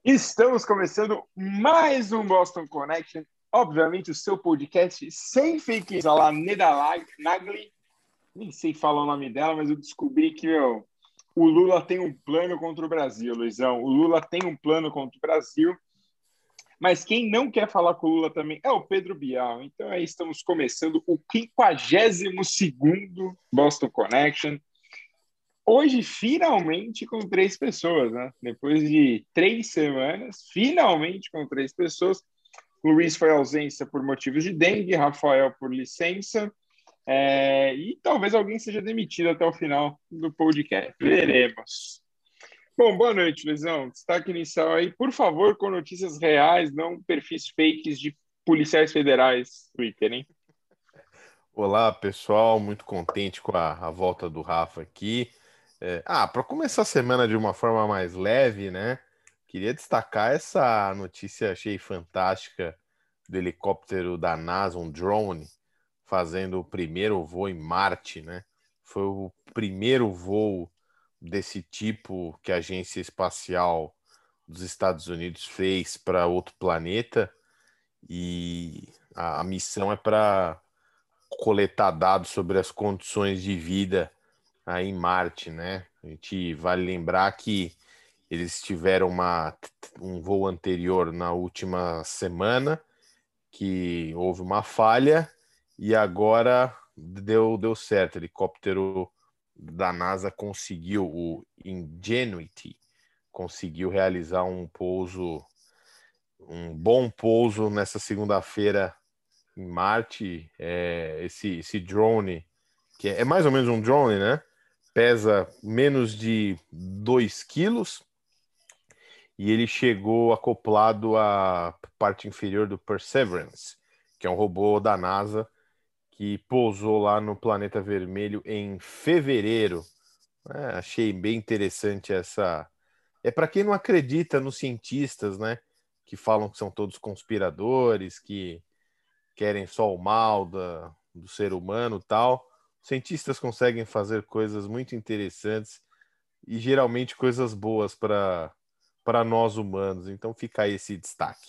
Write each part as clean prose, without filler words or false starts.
Estamos começando mais um Boston Connection, obviamente o seu podcast sem fake news, a lá Neda Nagli, nem sei falar o nome dela, mas eu descobri que o Lula tem um plano contra o Brasil, Luizão. O Lula tem um plano contra o Brasil, mas quem não quer falar com o Lula também é o Pedro Bial. Então aí estamos começando o 52º Boston Connection. Hoje, finalmente, com 3 pessoas, né? Depois de 3 semanas, finalmente com 3 pessoas. Luiz foi ausência por motivos de dengue, Rafael por licença, e talvez alguém seja demitido até o final do podcast. Veremos. Bom, boa noite, Luizão. Destaque inicial aí, por favor, com notícias reais, não perfis fakes de policiais federais Twitter, hein? Olá, pessoal, muito contente com a volta do Rafa aqui. Para começar a semana de uma forma mais leve, né? Queria destacar essa notícia, achei fantástica, do helicóptero da NASA, um drone, fazendo o primeiro voo em Marte, né? Foi o primeiro voo desse tipo que a Agência Espacial dos Estados Unidos fez para outro planeta e a missão é para coletar dados sobre as condições de vida aí em Marte, né? A gente vale lembrar que eles tiveram um voo anterior na última semana, que houve uma falha e agora deu certo. O helicóptero da NASA conseguiu, o Ingenuity, conseguiu realizar um bom pouso nessa segunda-feira em Marte. Esse drone, que é mais ou menos um drone, né? Pesa menos de 2 quilos e ele chegou acoplado à parte inferior do Perseverance, que é um robô da NASA que pousou lá no planeta vermelho em fevereiro. Achei bem interessante essa. É para quem não acredita nos cientistas, né? Que falam que são todos conspiradores, que querem só o mal do ser humano e tal. Os cientistas conseguem fazer coisas muito interessantes e geralmente coisas boas para nós humanos. Então fica aí esse destaque.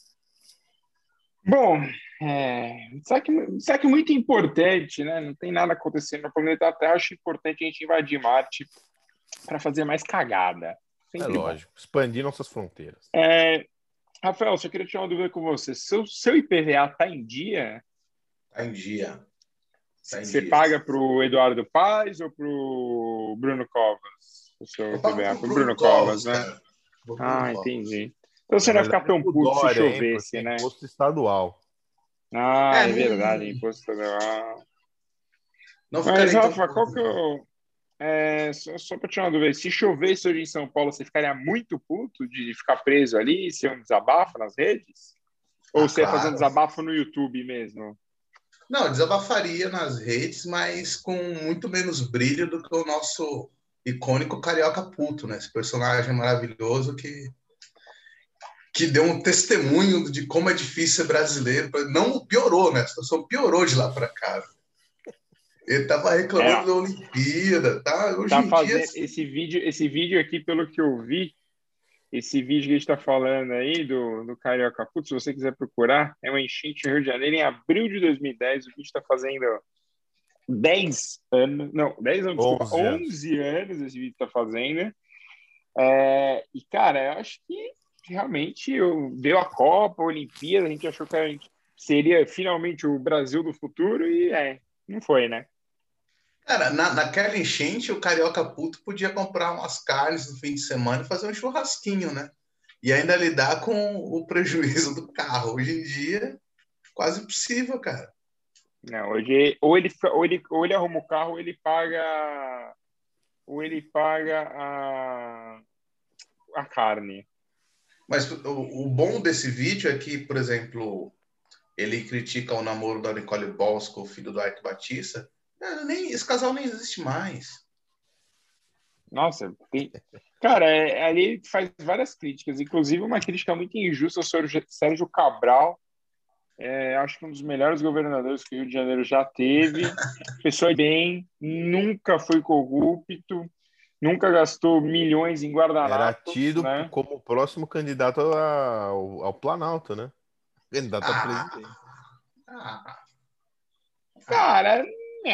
Bom, destaque muito importante, né? Não tem nada acontecendo no planeta Terra. Acho importante a gente invadir Marte para fazer mais cagada. É Sempre bom. lógico, expandir nossas fronteiras. Rafael, só queria tirar uma dúvida com você. Seu IPVA está em dia? Tá em dia. Tá em Você dia. paga para o Eduardo Paes ou para o Bruno Covas? O seu Eu pago IPVA? pro Para o Bruno Bruno Covas, Covas, né? cara. Pro Bruno Ah, Covas. entendi. Então você Na não vai ficar verdade é tão pro puto se Dória, hein? Porque chovesse, é né? imposto estadual. Ah, é Não, verdade, imposto federal. não Mas, ficarei tão Rafa, qual puto, que não. eu. Só para tirar uma dúvida, se chovesse hoje em São Paulo, você ficaria muito puto de ficar preso ali, ser um desabafo nas redes? Ou Ah, você ia fazer um claro. desabafo no YouTube mesmo? Não, eu desabafaria nas redes, mas com muito menos brilho do que o nosso icônico Carioca Puto, né? Esse personagem maravilhoso que deu um testemunho de como é difícil ser brasileiro. Não piorou, né? A situação piorou de lá para cá. Ele tava reclamando É, da Olimpíada, tá? Hoje tá em dia, fazendo esse vídeo aqui, pelo que eu vi, esse vídeo que a gente está falando aí do Carioca Putz, se você quiser procurar, é uma enchente no Rio de Janeiro em abril de 2010. O vídeo está fazendo 10 anos, não, 10 anos, desculpa, 11 anos. 11 anos esse vídeo está fazendo. E, cara, eu acho que realmente deu a Copa, a Olimpíada, a gente achou que seria finalmente o Brasil do futuro e não foi, né? cara, naquela enchente, o carioca puto podia comprar umas carnes no fim de semana e fazer um churrasquinho, né? E ainda lidar com o prejuízo do carro. Hoje em dia, quase impossível, cara. Não, hoje ou ele arruma o carro, ou ele paga a carne. Mas o bom desse vídeo é que, por exemplo, ele critica o namoro da Nicole Bosco, filho do Ike Batista. Esse casal nem existe mais. Nossa, cara, ali ele faz várias críticas, inclusive uma crítica muito injusta ao senhor Sérgio Cabral. Acho que um dos melhores governadores que o Rio de Janeiro já teve. Pessoa bem, nunca foi corrupto. nunca gastou milhões em Era guardanapos, tido né? como o próximo candidato ao Planalto, né? Candidato a Ah, presidente. ah, ah. Cara,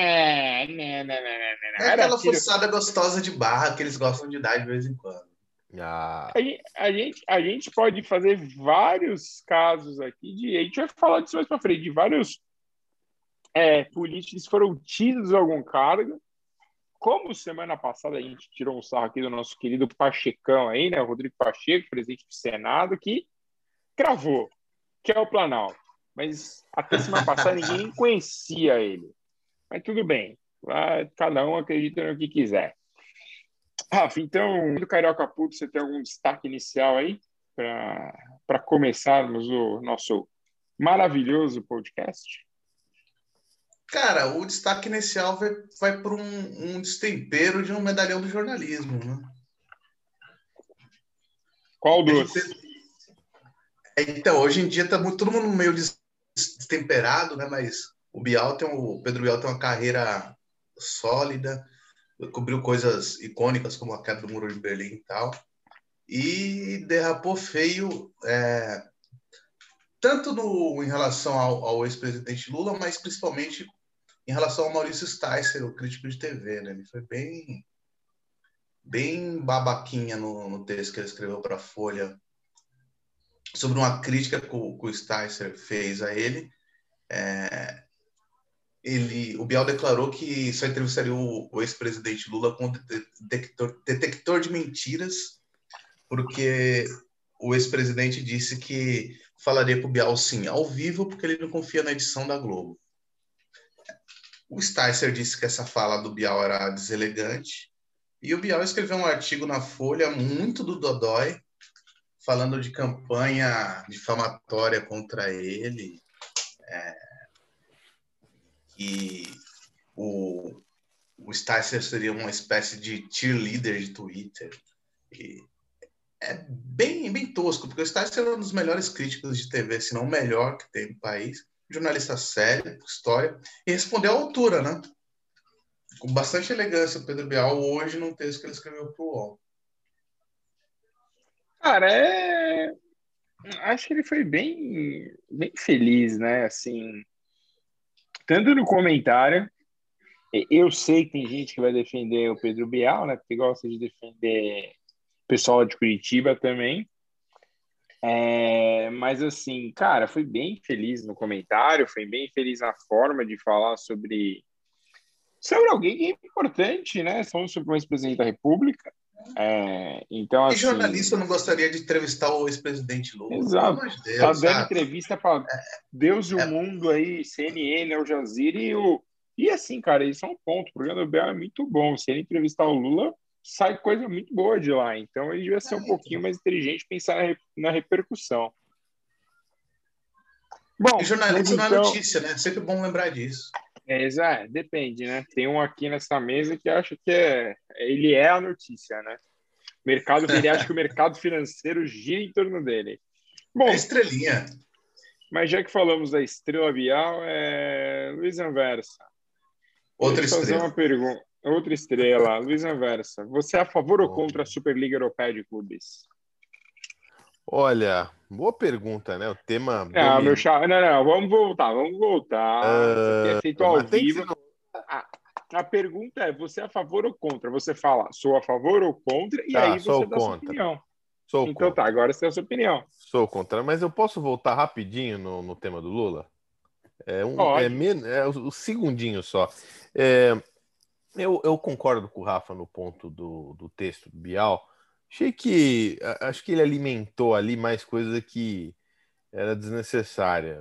não. É Era aquela tiro. forçada gostosa de barra que eles gostam de dar de vez em quando. Ah, A gente pode fazer vários casos aqui a gente vai falar disso mais para frente, de vários políticos que foram tidos a algum cargo. Como semana passada a gente tirou um sarro aqui do nosso querido Pachecão aí, né? O Rodrigo Pacheco, presidente do Senado, que cravou, que é o Planalto. Mas até semana passada ninguém nem conhecia ele. Mas tudo bem. Cada um acredita no que quiser. Rafa, então, do Carioca Puto, você tem algum destaque inicial aí para começarmos o nosso maravilhoso podcast? Cara, o destaque inicial vai para um destempero de um medalhão do jornalismo, né? Qual dos? Então, hoje em dia tá todo mundo meio destemperado, né? Mas o Pedro Bial tem uma carreira sólida, cobriu coisas icônicas como a queda do Muro de Berlim e tal, e derrapou feio, tanto em relação ao ex-presidente Lula, mas principalmente em relação ao Maurício Sticer, o crítico de TV, né? Ele foi bem babaquinha no texto que ele escreveu para a Folha sobre uma crítica que o Sticer fez a ele. O Bial declarou que só entrevistaria o ex-presidente Lula com detector de mentiras, porque o ex-presidente disse que falaria com o Bial, sim, ao vivo, porque ele não confia na edição da Globo. O Sticer disse que essa fala do Bial era deselegante, e o Bial escreveu um artigo na Folha muito do dodói, falando de campanha difamatória contra ele, e o Sticer seria uma espécie de cheerleader de Twitter. E é bem tosco, porque o Sticer é um dos melhores críticos de TV, se não o melhor que tem no país, jornalista sério, história, e respondeu à altura, né? Com bastante elegância, o Pedro Bial, hoje, num texto que ele escreveu para o UOL. Cara, acho que ele foi bem feliz, né? Assim, tanto no comentário, eu sei que tem gente que vai defender o Pedro Bial, né? Porque gosta de defender o pessoal de Curitiba também. Mas assim, cara, foi bem feliz no comentário, foi bem feliz na forma de falar sobre alguém que é importante, né? Falando sobre o ex-presidente da República. Então, E jornalista assim, não gostaria de entrevistar o ex-presidente Lula? Pelo exato. amor de Tá Deus, dando sabe? entrevista para Deus e o É, mundo aí, CNN, Al Jazeera e assim, cara, isso é um ponto. O programa do Bel é muito bom. Se ele entrevistar o Lula, sai coisa muito boa de lá. Então ele devia ser um pouquinho mais inteligente e pensar na repercussão. e Bom, mas jornalista não é então, notícia, né? Sempre bom lembrar disso. depende, né? Tem um aqui nessa mesa que acha que ele é a notícia, né? Ele acha que o mercado financeiro gira em torno dele. É Bom, estrelinha. mas já que falamos da estrela Bial, Luiz Anversa, queria Outra te fazer estrela. uma pergunta. Outra estrela, Luiz Anversa, você é a favor ou bom. contra a Superliga Europeia de Clubes? Boa pergunta, né? O tema Não, meu domina. chapa, não, vamos voltar. Isso aqui é feito ao Mas tem que vivo. ser. A pergunta é: você é a favor ou contra? Você fala, sou a favor ou contra, e Tá, aí você sou dá a sua contra. opinião. Sou Então tá, contra. agora você tem a sua opinião. Sou contra. Mas eu posso voltar rapidinho no tema do Lula? Pode. O segundinho só. É, eu concordo com o Rafa no ponto do texto do Bial. Acho que ele alimentou ali mais coisa que era desnecessária.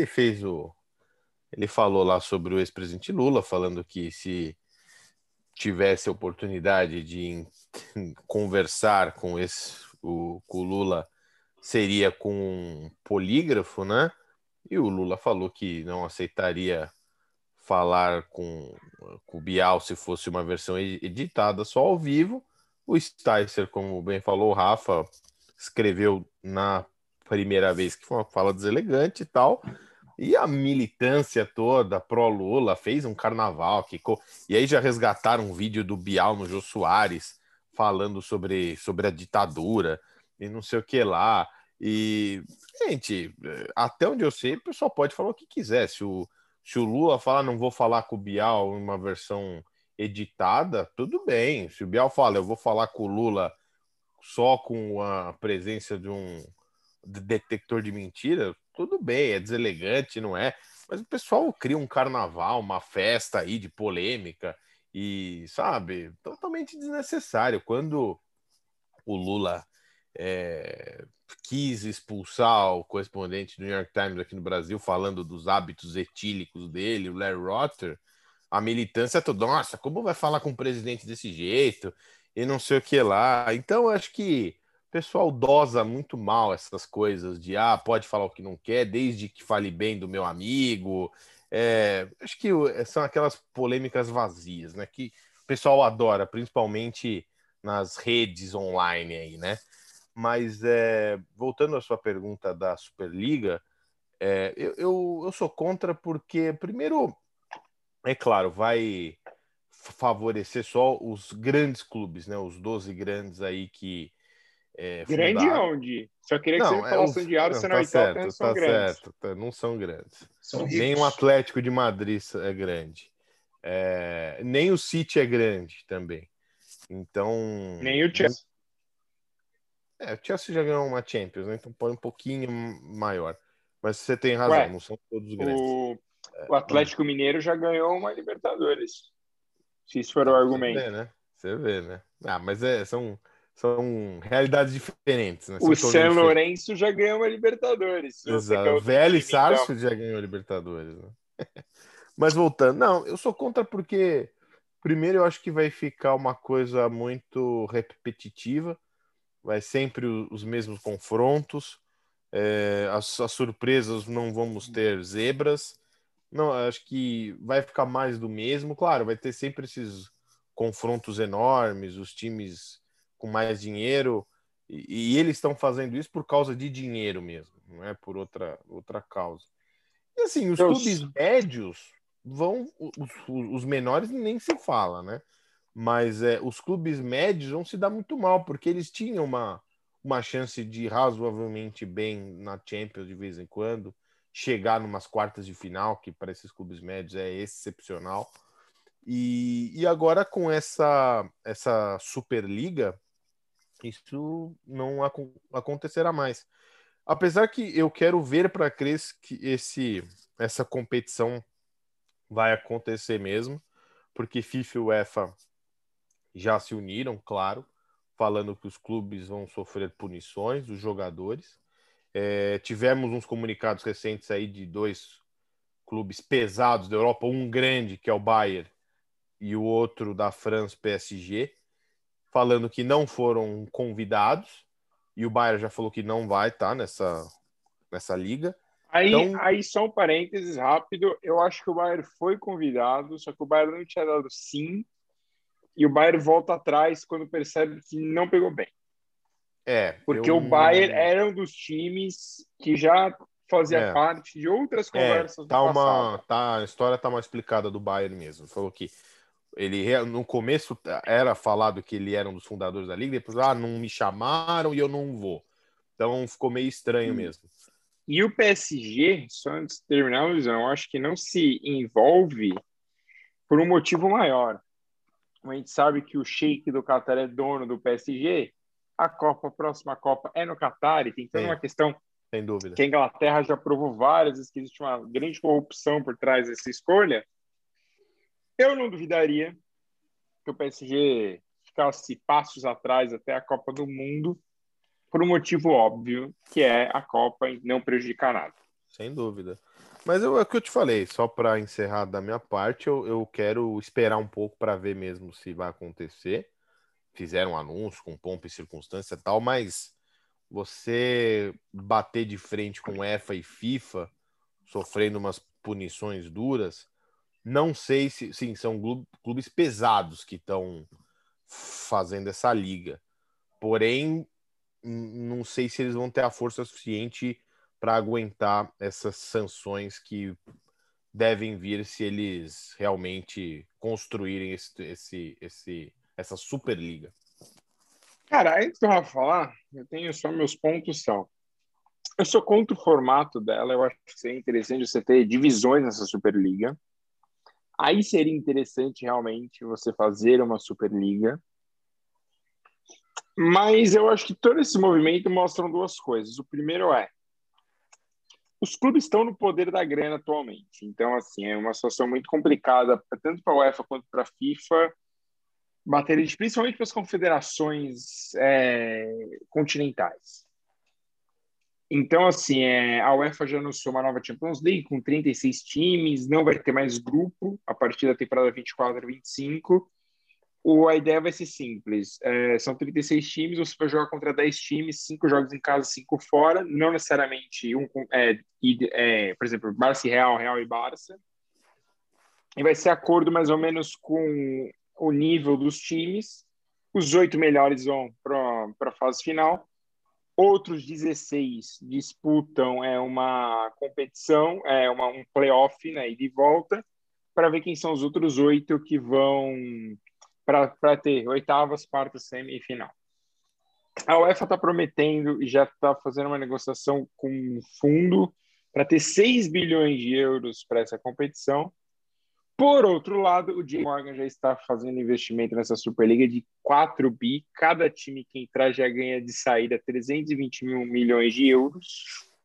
Ele falou lá sobre o ex-presidente Lula, falando que se tivesse a oportunidade de conversar com o Lula, seria com um polígrafo, né? E o Lula falou que não aceitaria falar com o Bial se fosse uma versão editada só ao vivo. O Sticer, como bem falou o Rafa, escreveu na primeira vez que foi uma fala deselegante e tal. E a militância toda pró-Lula fez um carnaval. E aí já resgataram um vídeo do Bial no Jô Soares, falando sobre a ditadura e não sei o que lá. E, gente, até onde eu sei, o pessoal pode falar o que quiser. Se o Lula falar, não vou falar com o Bial em uma versão editada, tudo bem. Se o Bial fala, eu vou falar com o Lula só com a presença de um detector de mentira, tudo bem, é deselegante, não é? Mas o pessoal cria um carnaval, uma festa aí de polêmica e, sabe, totalmente desnecessário. Quando o Lula é, quis expulsar o correspondente do New York Times aqui no Brasil, falando dos hábitos etílicos dele, o Larry Rotter, a militância toda, nossa, como vai falar com o presidente desse jeito? E não sei o que lá. Então, eu acho que o pessoal dosa muito mal essas coisas de, pode falar o que não quer, desde que fale bem do meu amigo. Acho que são aquelas polêmicas vazias, né? Que o pessoal adora, principalmente nas redes online aí, né? Mas voltando à sua pergunta da Superliga, eu sou contra porque, primeiro, é claro, vai favorecer só os grandes clubes, né? Os 12 grandes aí que Grande fundaram. onde? Só queria que você Não, me falasse onde não, Arsenal e Tottenham são tá grandes. certo, não são grandes. São Nem o ricos. Atlético de Madrid é grande. Nem o City é grande também. Então, Nem o Chelsea. o Chelsea já ganhou uma Champions, né? Então pode um pouquinho maior. Mas você tem razão, Ué, não são todos grandes. o Atlético Mineiro já ganhou uma Libertadores. Se isso for o Então, você vê, argumento. né? Você vê, né? Mas são realidades diferentes, né? O São San torneios diferentes. Lourenço já ganhou uma Libertadores. Se você quer Exato. outro VL time, então. Sarsfield já ganhou a Libertadores, né? Mas voltando, não, eu sou contra porque, primeiro, eu acho que vai ficar uma coisa muito repetitiva, vai sempre os mesmos confrontos, as surpresas não vamos ter zebras, não, acho que vai ficar mais do mesmo, claro, vai ter sempre esses confrontos enormes, os times com mais dinheiro, e eles estão fazendo isso por causa de dinheiro mesmo, não é por outra causa. E assim, os clubes Deus. médios vão, os menores nem se fala, né? Mas os clubes médios vão se dar muito mal, porque eles tinham uma chance de ir razoavelmente bem na Champions de vez em quando, chegar numas quartas de final, que para esses clubes médios é excepcional. E agora com essa Superliga, isso não acontecerá mais. Apesar que eu quero ver para crer que essa competição vai acontecer mesmo, porque FIFA e UEFA já se uniram, claro, falando que os clubes vão sofrer punições, os jogadores. Tivemos uns comunicados recentes aí de dois clubes pesados da Europa, um grande, que é o Bayern, e o outro da França, PSG, falando que não foram convidados, e o Bayern já falou que não vai estar nessa liga. Então, Aí só um parênteses rápido. Eu acho que o Bayern foi convidado, só que o Bayern não tinha dado sim. E o Bayern volta atrás quando percebe que não pegou bem. Porque eu o Bayern não. era um dos times que já fazia É, parte de outras conversas no passado. a história tá mal explicada do Bayern mesmo. Falou que ele no começo era falado que ele era um dos fundadores da liga, depois não me chamaram e eu não vou. Então ficou meio estranho mesmo. E o PSG, só antes de terminar, Luizão, eu acho que não se envolve por um motivo maior. Como a gente sabe que o Sheik do Qatar é dono do PSG, a próxima Copa é no Qatar, e tem toda Sim, uma questão sem dúvida. que a Inglaterra já provou várias vezes que existe uma grande corrupção por trás dessa escolha. Eu não duvidaria que o PSG ficasse passos atrás até a Copa do Mundo, por um motivo óbvio, que é a Copa e não prejudicar nada. Sem dúvida. Mas é o que eu te falei, só para encerrar da minha parte, eu quero esperar um pouco para ver mesmo se vai acontecer. Fizeram um anúncio com pompa e circunstância e tal, mas você bater de frente com UEFA e FIFA, sofrendo umas punições duras, não sei se, sim, são clubes pesados que estão fazendo essa liga. Porém, não sei se eles vão ter a força suficiente para aguentar essas sanções que devem vir se eles realmente construírem essa Superliga. Cara, antes do Rafa falar, eu tenho só meus pontos são. Eu sou contra o formato dela, eu acho que seria interessante você ter divisões nessa Superliga. Aí seria interessante realmente você fazer uma Superliga. Mas eu acho que todo esse movimento mostra duas coisas. O primeiro é, os clubes estão no poder da grana atualmente. Então, assim, é uma situação muito complicada, tanto para a UEFA quanto para a FIFA, principalmente para as confederações continentais. Então, assim, a UEFA já anunciou uma nova Champions League com 36 times, não vai ter mais grupo a partir da temporada 24-25. A ideia vai ser simples. São 36 times, você vai jogar contra 10 times, 5 jogos em casa, 5 fora, não necessariamente por exemplo, Barça e Real, Real e Barça. E vai ser acordo mais ou menos com o nível dos times. Os 8 melhores vão para a fase final. Outros 16 disputam uma competição, um playoff, né, e de volta, para ver quem são os outros 8 que vão para ter oitavas, quartas, semifinal. A UEFA está prometendo e já está fazendo uma negociação com um fundo para ter 6 bilhões de euros para essa competição. Por outro lado, o JP Morgan já está fazendo investimento nessa Superliga de 4 bi. Cada time que entrar já ganha de saída 320 milhões de euros.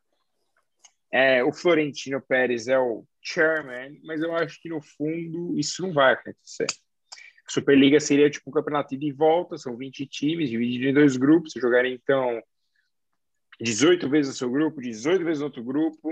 O Florentino Pérez é o chairman, mas eu acho que no fundo isso não vai acontecer. A Superliga seria tipo um campeonato de volta, são 20 times, dividido em 2 grupos. Você jogaria então 18 vezes o seu grupo, 18 vezes o outro grupo,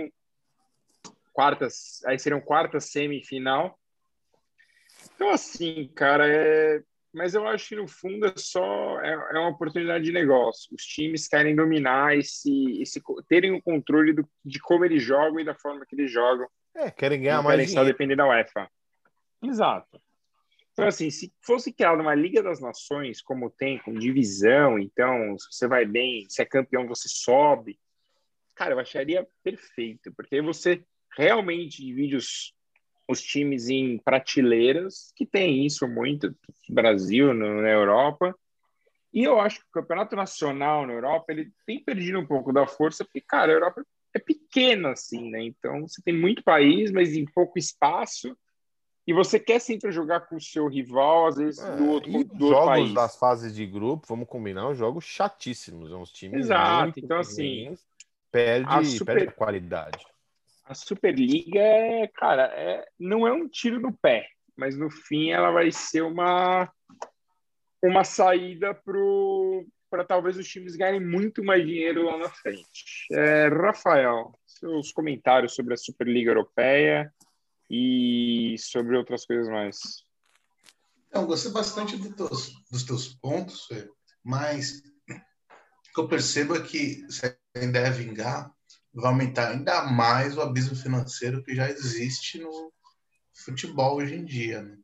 aí seriam quartas, semifinal. Então, assim, cara, mas eu acho que no fundo é uma oportunidade de negócio. Os times querem dominar terem o controle de como eles jogam e da forma que eles jogam. Querem ganhar Não mais querem só dinheiro. depender da UEFA. Exato. Então, assim, se fosse criada uma Liga das Nações, como tem, com divisão, então, se você vai bem, se é campeão, você sobe. Cara, eu acharia perfeito, porque aí você realmente divide os times em prateleiras, que tem isso muito no Brasil, na Europa. E eu acho que o campeonato nacional na Europa, ele tem perdido um pouco da força, porque, cara, a Europa é pequena, assim, né? Então, você tem muito país, mas em pouco espaço. E você quer sempre jogar com o seu rival, às vezes E os do outro jogos das país. fases de grupo, vamos combinar, os jogos chatíssimos, uns times Exato. muito Então, assim, ruins, a perde a Super, qualidade. a Superliga cara, não é um tiro no pé, mas no fim ela vai ser uma saída para talvez os times ganhem muito mais dinheiro lá na frente. Rafael, seus comentários sobre a Superliga Europeia e sobre outras coisas mais. Eu gostei bastante dos teus pontos, Fê, mas o que eu percebo é que se a ideia vingar, vai aumentar ainda mais o abismo financeiro que já existe no futebol hoje em dia, né?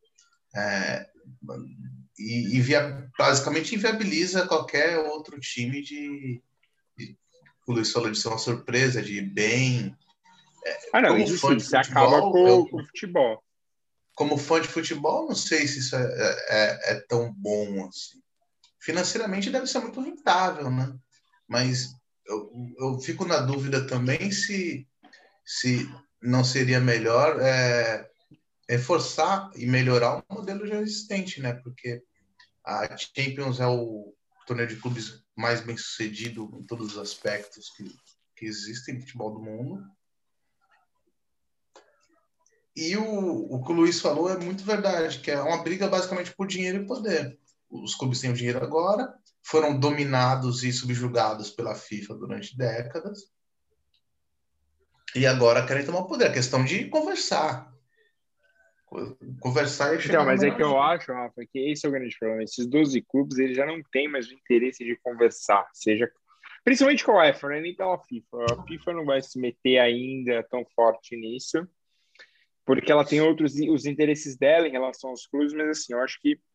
Basicamente inviabiliza qualquer outro time o Luiz falou de ser uma surpresa, de ir bem. Não, Como isso fã sim, de você acaba futebol, com o futebol. como fã de futebol, não sei se isso é tão bom assim. Financeiramente deve ser muito rentável, né? Mas eu fico na dúvida também se não seria melhor reforçar e melhorar o modelo já existente, né? Porque a Champions é o torneio de clubes mais bem sucedido em todos os aspectos que existem no futebol do mundo. E o que o Luiz falou é muito verdade, que é uma briga basicamente por dinheiro e poder. Os clubes têm o dinheiro agora, foram dominados e subjugados pela FIFA durante décadas, e agora querem tomar o poder. É questão de conversar. Conversar e Então, chegar no mas é melhor que eu jeito. acho, Rafa, que esse é o grande problema. Esses 12 clubes, eles já não têm mais o interesse de conversar, principalmente com a UEFA, né? Nem pela FIFA. A FIFA não vai se meter ainda tão forte nisso, porque ela tem os interesses dela em relação aos clubes, mas assim, eu acho que,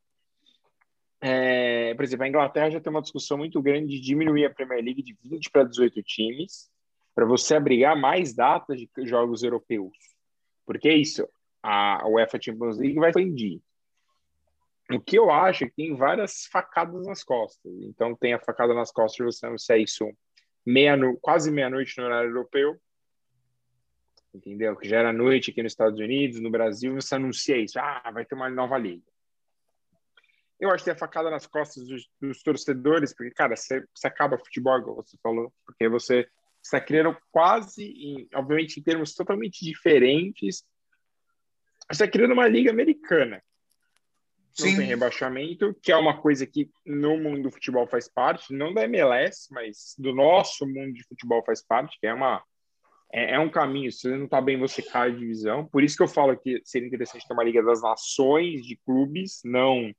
por exemplo, a Inglaterra já tem uma discussão muito grande de diminuir a Premier League de 20 para 18 times, para você abrigar mais datas de jogos europeus. Porque é isso, a UEFA Champions League vai expandir. O que eu acho é que tem várias facadas nas costas. Então, tem a facada nas costas de você anunciar isso quase meia-noite no horário europeu, entendeu? Que já era noite aqui nos Estados Unidos, no Brasil, você anuncia isso. Vai ter uma nova liga. Eu acho que tem a facada nas costas dos torcedores, porque, cara, você acaba futebol, igual você falou, porque você está criando obviamente, em termos totalmente diferentes, você está criando uma liga americana. Não tem Sim. rebaixamento, que é uma coisa que no mundo do futebol faz parte, não da MLS, mas do nosso mundo de futebol faz parte, que é um caminho. Se você não está bem, você cai de divisão. Por isso que eu falo que seria interessante ter uma Liga das Nações de clubes, não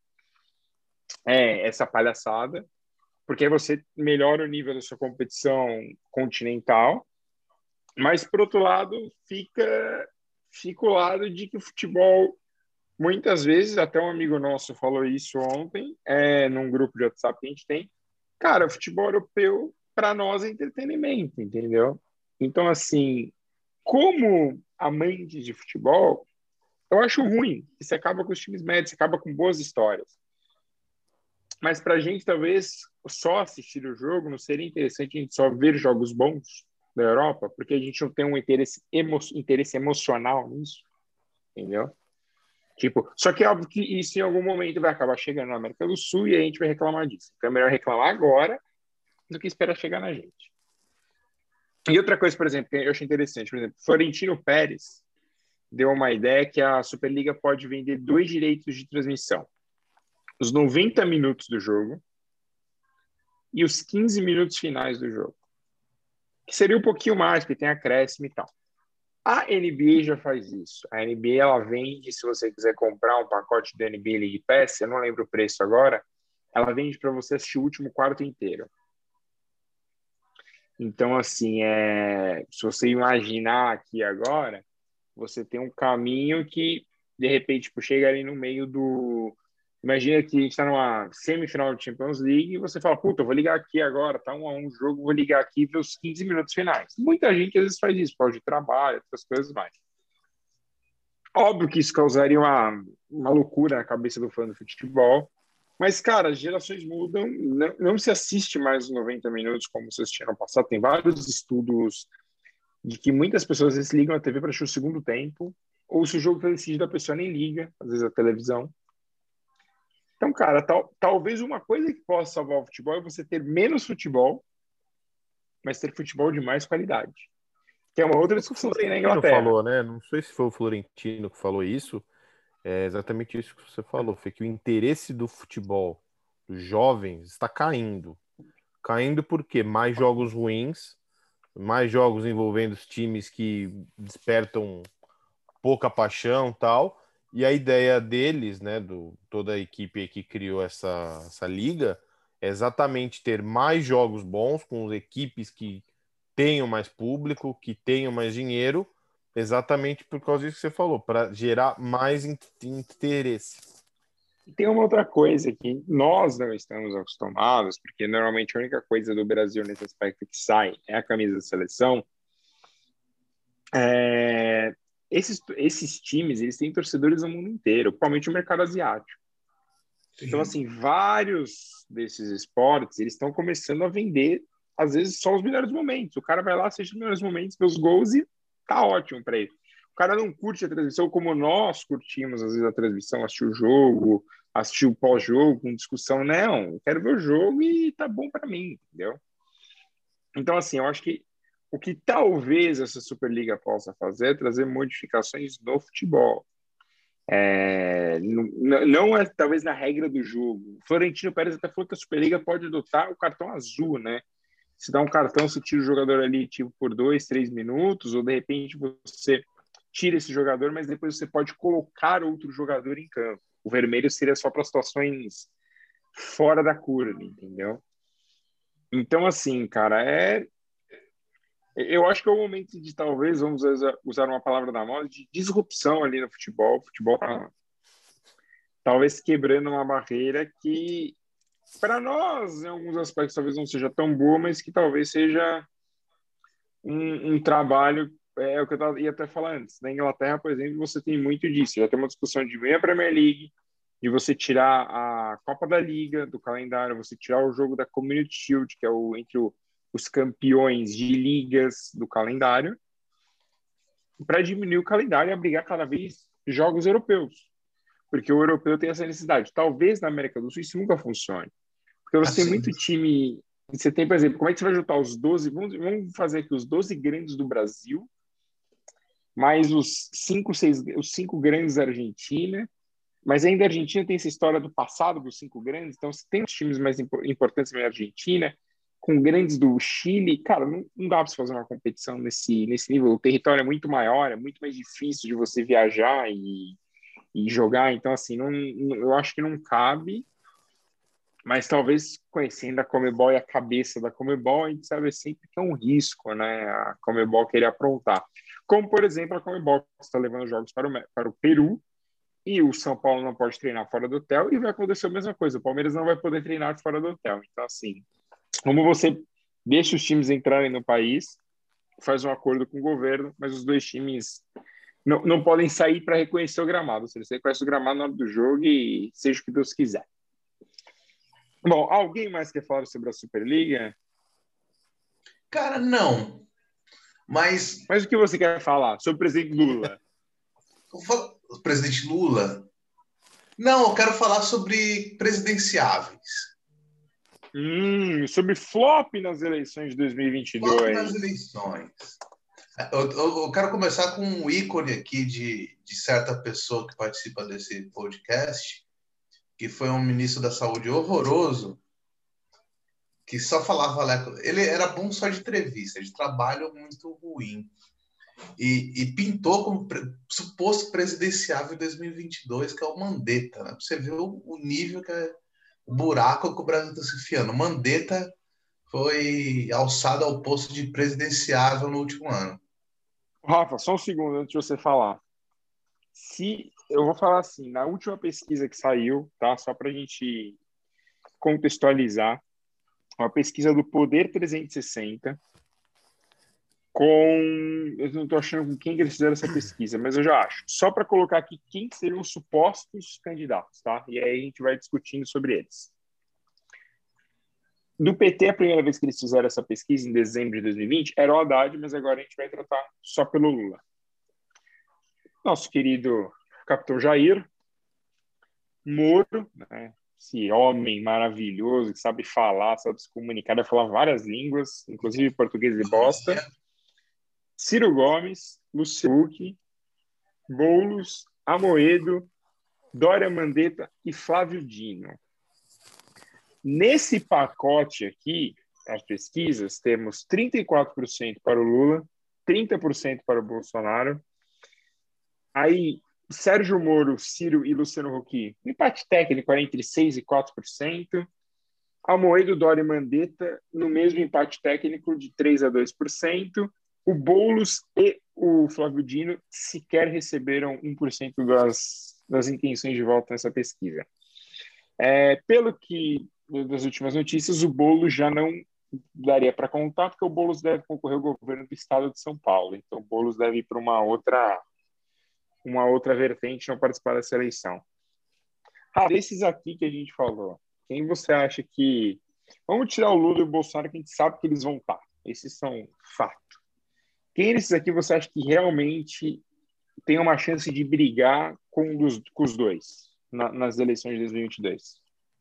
essa palhaçada, porque aí você melhora o nível da sua competição continental, mas, por outro lado, fica o lado de que o futebol, muitas vezes, até um amigo nosso falou isso ontem, num grupo de WhatsApp que a gente tem, cara, o futebol europeu, para nós, é entretenimento, entendeu? Então, assim, como amante de futebol, eu acho ruim que você acaba com os times médios, você acaba com boas histórias. Mas para a gente, talvez, só assistir o jogo não seria interessante a gente só ver jogos bons da Europa, porque a gente não tem um interesse emocional nisso, entendeu? Tipo, só que é óbvio que isso em algum momento vai acabar chegando na América do Sul e a gente vai reclamar disso. Então é melhor reclamar agora do que esperar chegar na gente. E outra coisa, por exemplo, que eu achei interessante, por exemplo, Florentino Pérez deu uma ideia que a Superliga pode vender 2 direitos de transmissão. Os 90 minutos do jogo e os 15 minutos finais do jogo. Que seria um pouquinho mais, porque tem acréscimo e tal. A NBA já faz isso. A NBA, ela vende, se você quiser comprar um pacote da NBA League Pass, eu não lembro o preço agora, ela vende para você assistir o último quarto inteiro. Então, assim, se você imaginar aqui agora, você tem um caminho que, de repente, tipo, chega ali no meio do... Imagina que a gente está numa semifinal de Champions League e você fala, puta, eu vou ligar aqui agora, tá 1-1 o jogo, vou ligar aqui e ver os 15 minutos finais. Muita gente às vezes faz isso, por causa de trabalho, outras coisas mais. Óbvio que isso causaria uma loucura na cabeça do fã do futebol, mas, cara, as gerações mudam, não se assiste mais os 90 minutos como se assistia no passado. Tem vários estudos de que muitas pessoas às vezes ligam a TV para assistir o segundo tempo, ou se o jogo está decidido, a pessoa nem liga, às vezes a televisão. Então, cara, talvez uma coisa que possa salvar o futebol é você ter menos futebol, mas ter futebol de mais qualidade. Que é uma outra discussão que tem na Inglaterra. Falou, né? Não sei se foi o Florentino que falou isso. É exatamente isso que você falou. Foi que o interesse do futebol dos jovens está caindo. Caindo porque mais jogos ruins, mais jogos envolvendo os times que despertam pouca paixão e tal. E a ideia deles, né, toda a equipe que criou essa liga, é exatamente ter mais jogos bons com equipes que tenham mais público, que tenham mais dinheiro, exatamente por causa disso que você falou, para gerar mais interesse. Tem uma outra coisa que nós não estamos acostumados, porque normalmente a única coisa do Brasil nesse aspecto que sai é a camisa da seleção. Esses times, eles têm torcedores no mundo inteiro, principalmente no mercado asiático. Sim. Então, assim, vários desses esportes, eles estão começando a vender, às vezes, só os melhores momentos. O cara vai lá, assiste os melhores momentos, vê os gols e tá ótimo para ele. O cara não curte a transmissão como nós curtimos, às vezes, a transmissão, assistir o jogo, assistir o pós-jogo, com discussão. Não, eu quero ver o jogo e tá bom para mim, entendeu? Então, assim, eu acho que o que talvez essa Superliga possa fazer é trazer modificações no futebol. Não é talvez na regra do jogo. O Florentino Pérez até falou que a Superliga pode adotar o cartão azul, né? Se dá um cartão, você tira o jogador ali tipo, por 2, 3 minutos, ou de repente você tira esse jogador, mas depois você pode colocar outro jogador em campo. O vermelho seria só para situações fora da curva, entendeu? Então, assim, cara, eu acho que é o momento de talvez, vamos usar uma palavra da moda, de disrupção ali no futebol. O futebol tá talvez quebrando uma barreira que, para nós, em alguns aspectos, talvez não seja tão boa, mas que talvez seja um trabalho, o que ia até falar antes. Na Inglaterra, por exemplo, você tem muito disso. Já tem uma discussão de ver a Premier League, de você tirar a Copa da Liga do calendário, você tirar o jogo da Community Shield, que é os campeões de ligas do calendário, para diminuir o calendário e abrigar cada vez jogos europeus. Porque o europeu tem essa necessidade. Talvez na América do Sul isso nunca funcione. Porque você tem Assim, muito time. Você tem, por exemplo, como é que você vai juntar os 12? Vamos fazer aqui os 12 grandes do Brasil, mais os cinco grandes da Argentina. Mas ainda a Argentina tem essa história do passado dos cinco grandes, então você tem os times mais importantes na Argentina, com grandes do Chile. Cara, não dá para você fazer uma competição nesse nível. O território é muito maior, é muito mais difícil de você viajar e jogar. Então, assim, eu acho que não cabe. Mas talvez conhecendo a Conmebol e a cabeça da Conmebol, a gente sabe sempre que é um risco, né? A Conmebol querer aprontar. Como, por exemplo, a Conmebol que está levando jogos para o Peru e o São Paulo não pode treinar fora do hotel e vai acontecer a mesma coisa. O Palmeiras não vai poder treinar fora do hotel. Então, assim, como você deixa os times entrarem no país, faz um acordo com o governo, mas os dois times não podem sair para reconhecer o gramado. Você reconhece o gramado na hora do jogo e seja o que Deus quiser. Bom, alguém mais quer falar sobre a Superliga? cara, não. Mas Mas o que você quer falar sobre o presidente Lula? o presidente Lula... Não, eu quero falar sobre presidenciáveis. Sobre flop nas eleições de Flop nas 2022. eleições. Eu quero começar com um ícone aqui de certa pessoa que participa desse podcast, que foi um ministro da Saúde horroroso, que só falava... Ele era bom só de entrevista, de trabalho muito ruim. E pintou como suposto presidenciável em 2022, que é o Mandetta. Né? Você vê o nível que é o buraco que o Brasil está se enfiando. Mandetta foi alçado ao posto de presidenciável no último ano. Rafa, só um segundo antes de você falar. Se eu vou falar assim, na última pesquisa que saiu, tá? Só para a gente contextualizar, uma pesquisa do Poder 360 eu não estou achando com quem que eles fizeram essa pesquisa, mas eu já acho. Só para colocar aqui quem seriam os supostos candidatos, tá? E aí a gente vai discutindo sobre eles. Do PT, a primeira vez que eles fizeram essa pesquisa, em dezembro de 2020, era o Haddad, mas agora a gente vai tratar só pelo Lula. Nosso querido capitão Jair, Moro, né? Esse homem maravilhoso que sabe falar, sabe se comunicar, vai falar várias línguas, inclusive português e bosta. Ciro Gomes, Luciano Huck, Boulos, Amoedo, Dória Mandetta e Flávio Dino. Nesse pacote aqui, as pesquisas, temos 34% para o Lula, 30% para o Bolsonaro. Aí, Sérgio Moro, Ciro e Luciano Huck, empate técnico entre 6% e 4%. Amoedo, Dória e Mandetta, no mesmo empate técnico de 3% a 2%. O Boulos e o Flávio Dino sequer receberam 1% das intenções de voto nessa pesquisa. Pelo que, das últimas notícias, o Boulos já não daria para contar, porque o Boulos deve concorrer ao governo do estado de São Paulo. Então, o Boulos deve ir para uma outra vertente, não participar dessa eleição. Desses aqui que a gente falou, quem você acha que... Vamos tirar o Lula e o Bolsonaro, que a gente sabe que eles vão estar. Esses são fatos. Quem desses aqui você acha que realmente tem uma chance de brigar com os dois nas eleições de 2022?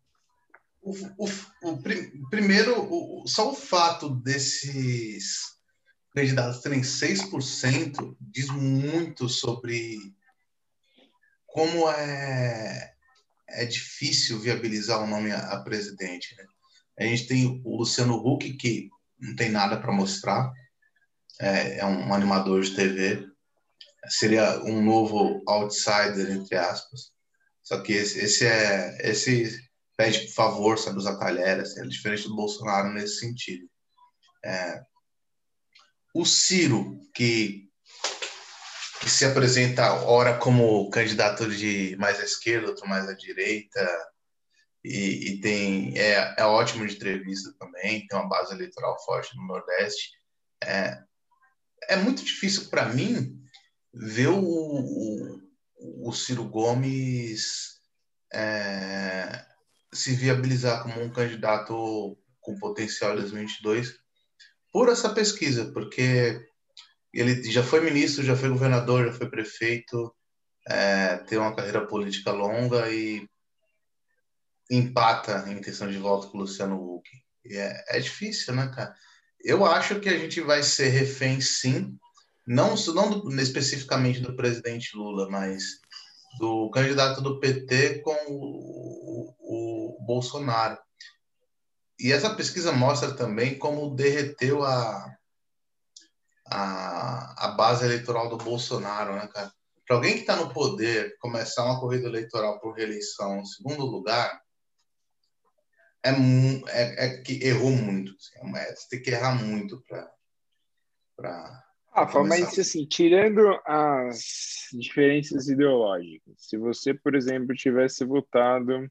Primeiro, só o fato desses candidatos terem 6% diz muito sobre como é difícil viabilizar um nome a presidente. Né? A gente tem o Luciano Huck, que não tem nada para mostrar, é um animador de TV, seria um novo outsider, entre aspas. Só que esse pede por favor, sabe, usar talheres, é diferente do Bolsonaro nesse sentido. O Ciro, que se apresenta ora como candidato de mais à esquerda, outro mais à direita, e é ótimo de entrevista também, tem uma base eleitoral forte no Nordeste. É muito difícil para mim ver o Ciro Gomes se viabilizar como um candidato com potencial em 2022 por essa pesquisa, porque ele já foi ministro, já foi governador, já foi prefeito, tem uma carreira política longa e empata em questão de voto com o Luciano Huck. E é difícil, né, cara? Eu acho que a gente vai ser refém, sim, não especificamente do presidente Lula, mas do candidato do PT com o Bolsonaro. E essa pesquisa mostra também como derreteu a base eleitoral do Bolsonaro, né, cara? Para alguém que está no poder começar uma corrida eleitoral por reeleição em segundo lugar, que errou muito. Assim, você tem que errar muito para Rafa, começar. mas assim, tirando as diferenças ideológicas, se você, por exemplo, tivesse votado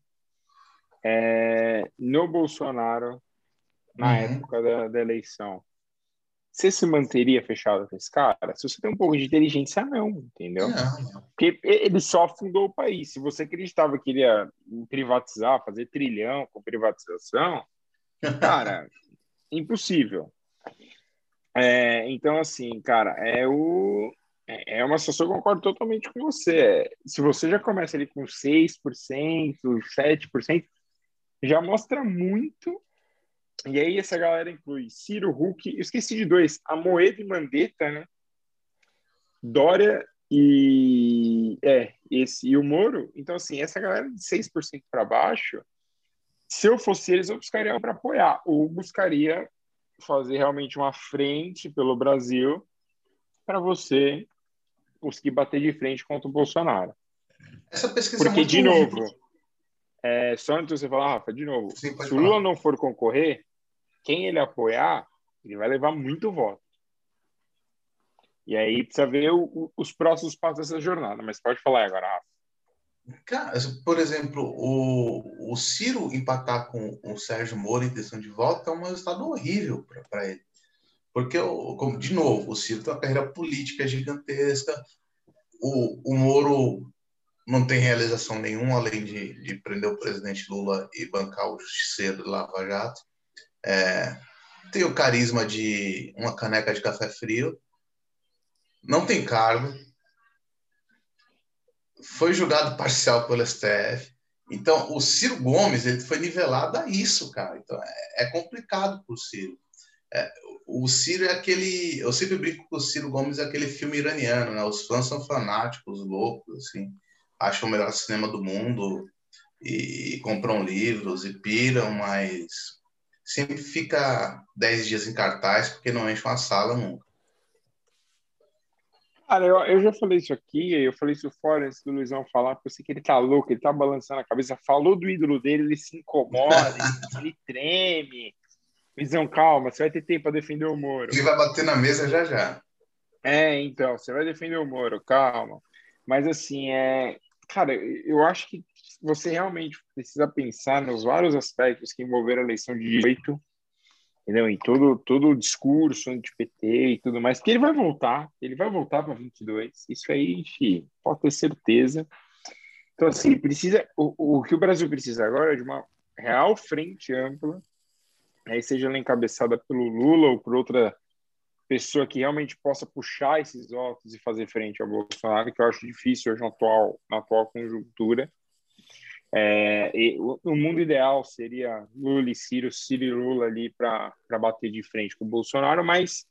no Bolsonaro na época da eleição, você se manteria fechado com esse cara? Se você tem um pouco de inteligência, não, entendeu? Não. Porque ele só fundou o país. Se você acreditava que ele ia privatizar, fazer trilhão com privatização, cara, impossível. Então, assim, cara, é uma situação que eu concordo totalmente com você. Se você já começa ali com 6%, 7%, já mostra muito. E aí essa galera inclui Ciro, Huck, eu esqueci de dois, Amoedo e Mandetta, né? Dória e o Moro. Então, assim, essa galera de 6% para baixo, se eu fosse eles, eu buscaria para apoiar, ou buscaria fazer realmente uma frente pelo Brasil para você conseguir bater de frente contra o Bolsonaro. Essa pesquisa é Porque, muito de ruim. novo, só antes de você falar, Rafa, de novo, Sim, pode se o Lula falar. não for concorrer, quem ele apoiar, ele vai levar muito voto. E aí precisa ver os próximos passos dessa jornada. Mas pode falar agora, Rafa. Cara, por exemplo, o Ciro empatar com o Sérgio Moro em questão de voto é um resultado horrível para ele. Porque, de novo, o Ciro tem uma carreira política gigantesca, o Moro não tem realização nenhuma além de prender o presidente Lula e bancar o justiceiro do Lava Jato. Tem o carisma de uma caneca de café frio, não tem cargo, foi julgado parcial pelo STF. Então, o Ciro Gomes ele foi nivelado a isso, cara. Então, é complicado para o Ciro. O Ciro é aquele... Eu sempre brinco que o Ciro Gomes é aquele filme iraniano, né? Os fãs são fanáticos, loucos, assim. Acham o melhor cinema do mundo e compram livros e piram, mas sempre fica 10 dias em cartaz porque não enche uma sala nunca. Cara, eu já falei isso aqui, eu falei isso fora antes do Luizão falar, porque eu sei que ele tá louco, ele tá balançando a cabeça. Falou do ídolo dele, ele se incomoda, ele treme. Luizão, calma, você vai ter tempo para defender o Moro. Ele vai bater na mesa já já. Então, você vai defender o Moro, calma. Mas assim, cara, eu acho que você realmente precisa pensar nos vários aspectos que envolveram a eleição de 18, entendeu? Em todo o discurso anti-PT e tudo mais, porque ele vai voltar para 22, isso aí, enfim, pode ter certeza. Então, assim, o que o Brasil precisa agora é de uma real frente ampla, aí seja ela encabeçada pelo Lula ou por outra pessoa que realmente possa puxar esses votos e fazer frente ao Bolsonaro, que eu acho difícil hoje na atual conjuntura. O mundo ideal seria Lula e Ciro e Lula ali para bater de frente com o Bolsonaro, mas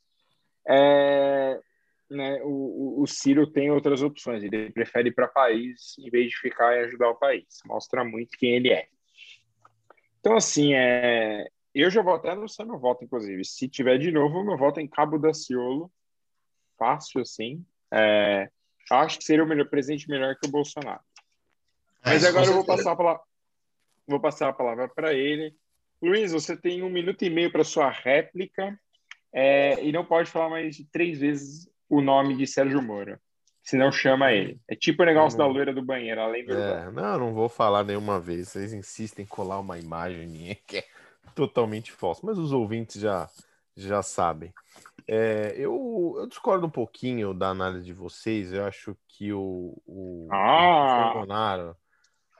né, o Ciro tem outras opções, ele prefere ir para país em vez de ficar e ajudar o país, mostra muito quem ele é. Então, assim, eu já vou até anunciar meu voto, inclusive. Se tiver de novo, meu voto é em Cabo Daciolo, fácil assim. Acho que seria o melhor presidente melhor que o Bolsonaro. Mas Isso com agora eu certeza. vou passar a palavra para ele. Luiz, você tem 1 minuto e meio para sua réplica e não pode falar mais de 3 vezes o nome de Sérgio Moro. Senão chama ele. É tipo o Eu negócio da não, loira do banheiro, a lenda urbana. não, eu não vou falar nenhuma vez. Vocês insistem em colar uma imagem minha que é totalmente falsa, mas os ouvintes já sabem. Eu discordo um pouquinho da análise de vocês. Eu acho que o Ah, Bolsonaro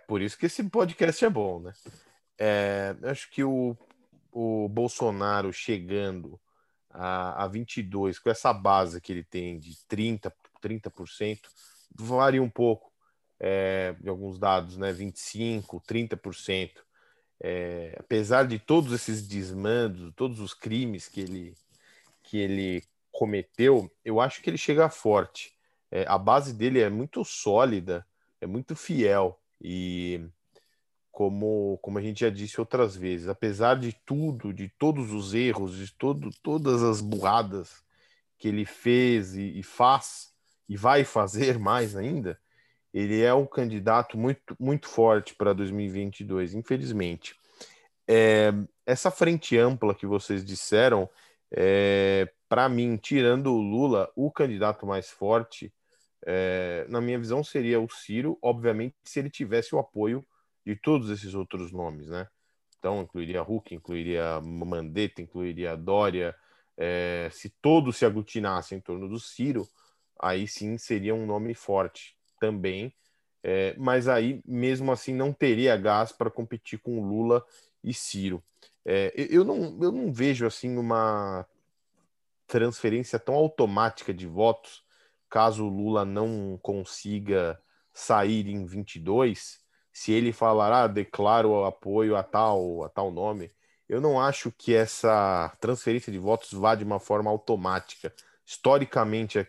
por isso que esse podcast é bom, né? Eu acho que o Bolsonaro chegando a 22, com essa base que ele tem de 30%, varia um pouco de alguns dados, né? 25%, 30%. Apesar de todos esses desmandos, todos os crimes que ele cometeu, eu acho que ele chega forte. A base dele é muito sólida, é muito fiel e como a gente já disse outras vezes, apesar de tudo, de todos os erros, de todas as burradas que ele fez e faz e vai fazer mais ainda, ele é um candidato muito, muito forte para 2022, infelizmente. Essa frente ampla que vocês disseram, para mim, tirando o Lula, o candidato mais forte, na minha visão, seria o Ciro, obviamente, se ele tivesse o apoio de todos esses outros nomes, né? Então, incluiria Huck, incluiria Mandetta, incluiria Dória. Se todos se aglutinassem em torno do Ciro, aí sim seria um nome forte também. Mas aí, mesmo assim, não teria gás para competir com Lula e Ciro. Eu não vejo assim uma transferência tão automática de votos, caso o Lula não consiga sair em 22, se ele falar, declaro apoio a tal nome, eu não acho que essa transferência de votos vá de uma forma automática. Historicamente,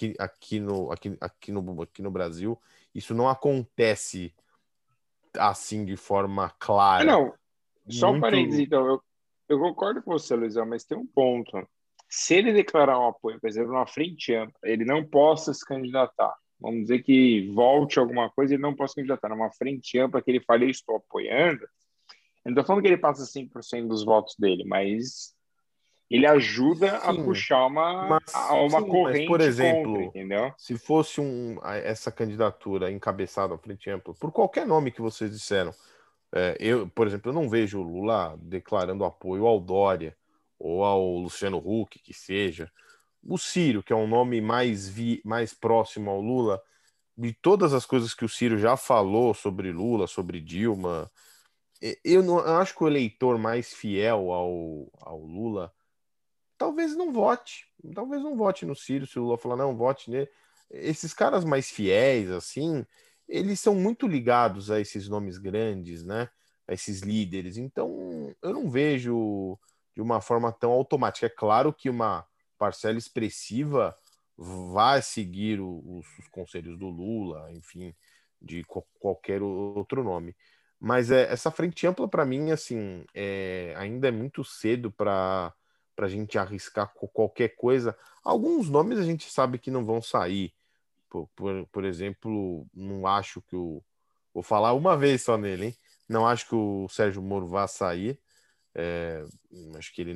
aqui no Brasil, isso não acontece assim de forma clara. Não, só um parênteses, Muito. então, eu concordo com você, Luizão, mas tem um ponto. Se ele declarar um apoio, por exemplo, numa frente ampla, ele não possa se candidatar. Vamos dizer que volte alguma coisa e ele não possa se candidatar numa frente ampla que ele fale, eu estou apoiando. Eu não estou falando que ele passa 100% dos votos dele, mas ele ajuda a Sim, puxar uma mas, por corrente contra, exemplo, entendeu? se fosse essa candidatura encabeçada à frente ampla, por qualquer nome que vocês disseram, por exemplo, eu não vejo o Lula declarando apoio ao Dória ou ao Luciano Huck, que seja. O Ciro, que é um nome mais próximo ao Lula, de todas as coisas que o Ciro já falou sobre Lula, sobre Dilma, eu não eu acho que o eleitor mais fiel ao Lula talvez não vote. Talvez não vote no Ciro se o Lula falar, não, vote nele. Esses caras mais fiéis, assim, eles são muito ligados a esses nomes grandes, né? A esses líderes. Então, eu não vejo de uma forma tão automática. É claro que uma parcela expressiva vai seguir os conselhos do Lula, enfim, de qualquer outro nome. Mas essa frente ampla, para mim, assim, ainda é muito cedo para a gente arriscar qualquer coisa. Alguns nomes a gente sabe que não vão sair. Por exemplo, não acho que o. Vou falar uma vez só nele, hein? Não acho que o Sérgio Moro vá sair. É, acho que ele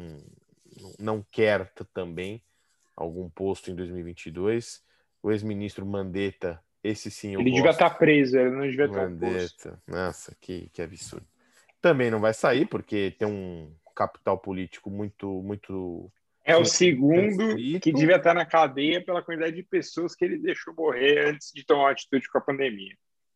não quer também algum posto em 2022. O ex-ministro Mandetta, esse sim eu Ele devia gosto. estar preso, ele não devia estar posto. Mandetta, nossa, que absurdo. Também não vai sair, porque tem um capital político muito, muito É o segundo que restrito. devia estar na cadeia pela quantidade de pessoas que ele deixou morrer antes de tomar atitude com a pandemia.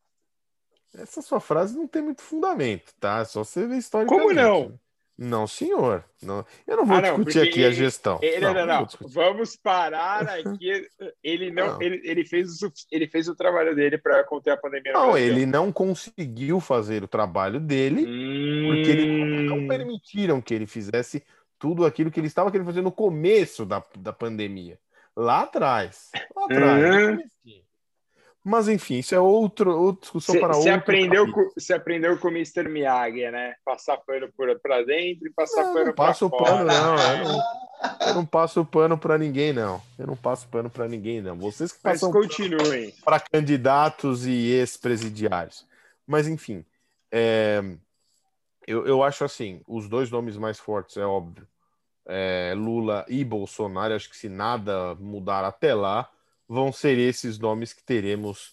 Essa sua frase não tem muito fundamento, tá? É só você ver Como historicamente, não? né? Não, senhor. Não, eu não vou Ah, não, discutir porque aqui a gestão. não, Não, não, não vou não. discutir. Vamos parar aqui. Ele não, Não. ele fez o trabalho dele para conter a pandemia no Não, Brasil. ele não conseguiu fazer o trabalho dele porque ele não Hum, permitiram que ele fizesse tudo aquilo que ele estava querendo fazer no começo da pandemia. Lá atrás. Lá atrás, no hum. começo. Mas enfim, isso é outra discussão para Você outro aprendeu, capítulo. você aprendeu com o Mr. Miyagi, né? Passar pano para dentro e passar Não, eu não pano para passo o pano, fora, não. Eu né? não, eu não passo pano para ninguém, não. Eu não passo pano para ninguém, não. Vocês que Mas passam pano continuem. para candidatos e ex-presidiários. Mas enfim, é, eu acho assim, os dois nomes mais fortes, é óbvio, Lula e Bolsonaro. Acho que se nada mudar até lá, vão ser esses nomes que teremos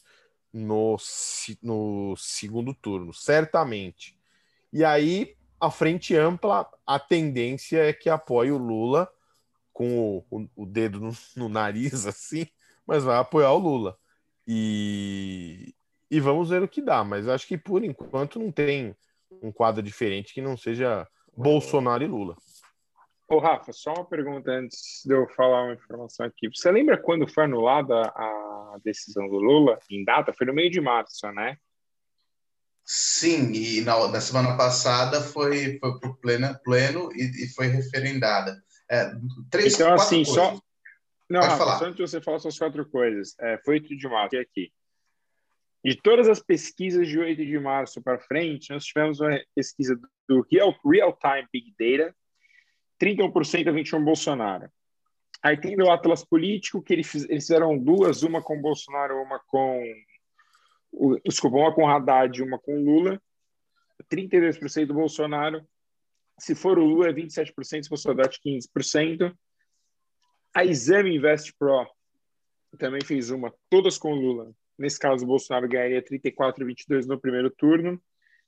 no segundo turno, certamente. E aí, a frente ampla, a tendência é que apoie o Lula com o dedo no nariz, assim, mas vai apoiar o Lula. E e vamos ver o que dá. Mas acho que por enquanto não tem um quadro diferente que não seja Bolsonaro e Lula. Ô, Rafa, só uma pergunta antes de eu falar uma informação aqui. Você lembra quando foi anulada a decisão do Lula em data? Foi no meio de março, né? Sim, e na semana passada foi para o pleno e foi referendada. Então, Quatro assim, coisas. Não, Pode Rafa, só falar. antes de você falar suas 4 coisas. Foi 8 de março, e aqui. De todas as pesquisas de 8 de março para frente, nós tivemos uma pesquisa do Real Time Big Data, 31% a 21% Bolsonaro. Aí tem do Atlas Político, que eles fizeram duas, uma com Bolsonaro, uma com Haddad e uma com Lula. 32% do Bolsonaro. Se for o Lula, é 27%, se for o Haddad, 15%. A Exame Invest Pro também fez uma, todas com Lula. Nesse caso, o Bolsonaro ganharia 34,22 no primeiro turno.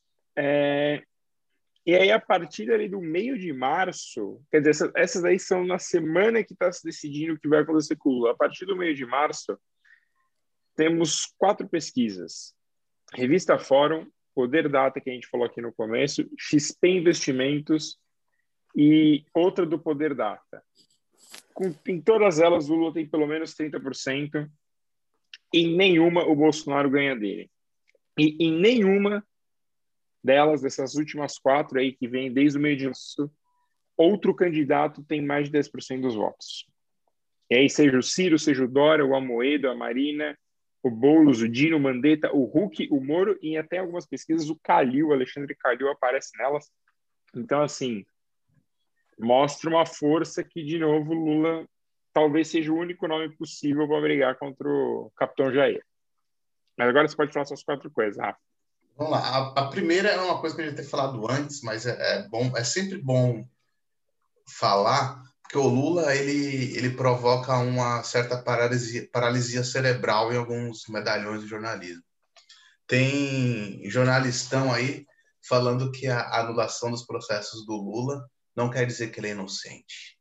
E aí, a partir ali do meio de março, quer dizer, essas aí são na semana que está se decidindo o que vai acontecer com o Lula. A partir do meio de março, temos 4 pesquisas. Revista Fórum, Poder Data, que a gente falou aqui no começo, XP Investimentos e outra do Poder Data. Em todas elas, o Lula tem pelo menos 30%. Em nenhuma, o Bolsonaro ganha dele. E em nenhuma delas, dessas últimas 4 aí, que vem desde o meio de março, outro candidato tem mais de 10% dos votos. E aí, seja o Ciro, seja o Dória, o Amoedo, a Marina, o Boulos, o Dino, o Mandetta, o Huck, o Moro, e até algumas pesquisas, o Calil, o Alexandre Calil aparece nelas. Então, assim, mostra uma força que, de novo, Lula talvez seja o único nome possível para brigar contra o Capitão Jair. Mas agora você pode falar suas 4 coisas, Rafa. Vamos lá. A primeira é uma coisa que a gente tem falado antes, mas é sempre bom falar, porque o Lula ele provoca uma certa paralisia cerebral em alguns medalhões de jornalismo. Tem jornalistão aí falando que a anulação dos processos do Lula não quer dizer que ele é inocente.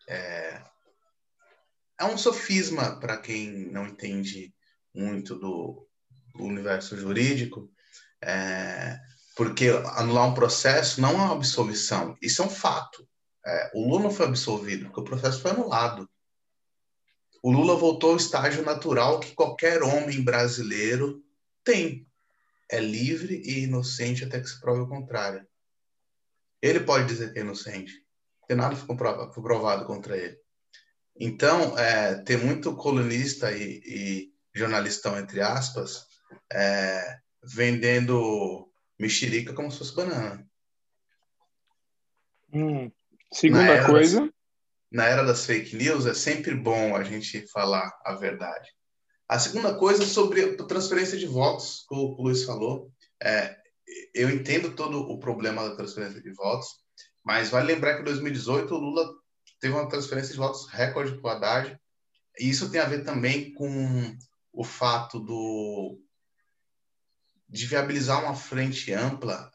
É um sofisma para quem não entende muito do universo jurídico, porque anular um processo não é uma absolvição, isso é um fato. O Lula não foi absolvido, porque o processo foi anulado. O Lula voltou ao estágio natural que qualquer homem brasileiro tem. É livre e inocente até que se prove o contrário. Ele pode dizer que é inocente, porque nada foi provado contra ele. Então, tem muito colunista e jornalistão, entre aspas, vendendo mexerica como se fosse banana. Segunda coisa. Na era das fake news, é sempre bom a gente falar a verdade. A segunda coisa é sobre a transferência de votos, que o Luiz falou. Eu entendo todo o problema da transferência de votos, mas vale lembrar que em 2018 o Lula teve uma transferência de votos recorde para o Haddad, e isso tem a ver também com o fato de viabilizar uma frente ampla.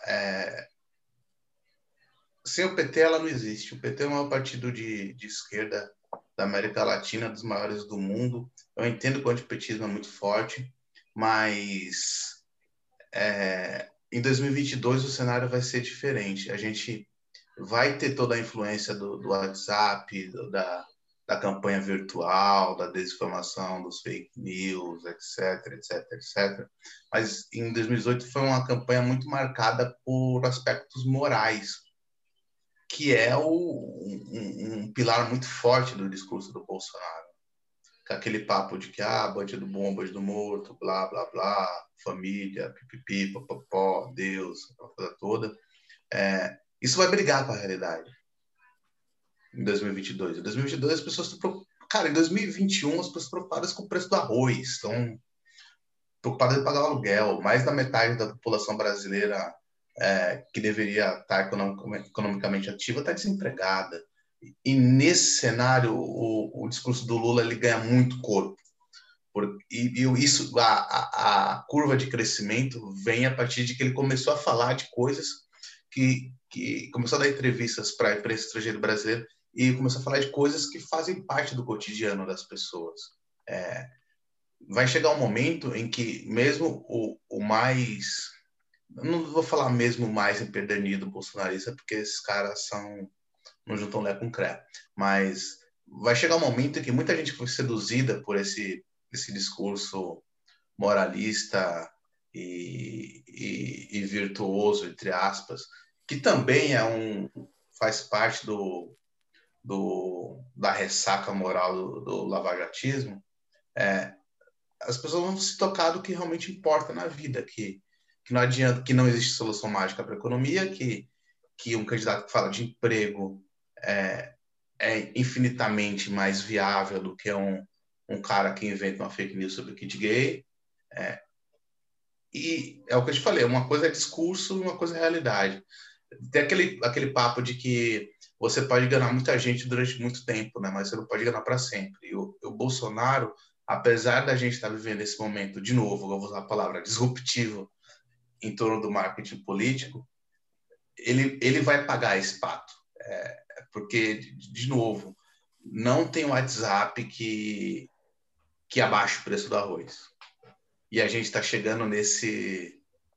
Sem o PT, ela não existe. O PT é o maior partido de esquerda da América Latina, dos maiores do mundo. Eu entendo que o antipetismo é muito forte, mas em 2022 o cenário vai ser diferente. A gente vai ter toda a influência do WhatsApp, da campanha virtual, da desinformação, dos fake news, etc, etc, etc. Mas em 2018 foi uma campanha muito marcada por aspectos morais, que é um pilar muito forte do discurso do Bolsonaro. Aquele papo de que, bandido bom, bandido morto, blá, blá, blá, família, pipipi, popopó, Deus, a coisa toda. Isso vai brigar com a realidade em 2022. Em 2022, as pessoas estão... Cara, em 2021, as pessoas estão preocupadas com o preço do arroz, estão preocupadas em pagar o aluguel. Mais da metade da população brasileira que deveria estar economicamente ativa está desempregada. E nesse cenário, o discurso do Lula ele ganha muito corpo. A curva de crescimento vem a partir de que ele começou a falar de coisas que começou a dar entrevistas para a imprensa estrangeira brasileira e começou a falar de coisas que fazem parte do cotidiano das pessoas. vai chegar um momento em que mesmo o mais... Não vou falar mesmo o mais empedernido bolsonarista, porque esses caras não juntam Lé com Cré. Mas vai chegar um momento em que muita gente foi seduzida por esse discurso moralista e virtuoso, entre aspas, que também faz parte da ressaca moral do lavajatismo. As pessoas vão se tocar do que realmente importa na vida, que não adianta, que não existe solução mágica para a economia, que um candidato que fala de emprego é infinitamente mais viável do que um cara que inventa uma fake news sobre kit gay. E é o que eu te falei, uma coisa é discurso e uma coisa é realidade. Tem aquele papo de que você pode enganar muita gente durante muito tempo, né? Mas você não pode enganar para sempre. E o Bolsonaro, apesar da gente estar vivendo esse momento, de novo, eu vou usar a palavra disruptivo, em torno do marketing político, ele vai pagar esse pato. Porque, de novo, não tem WhatsApp que abaixe o preço do arroz. E a gente está chegando nesse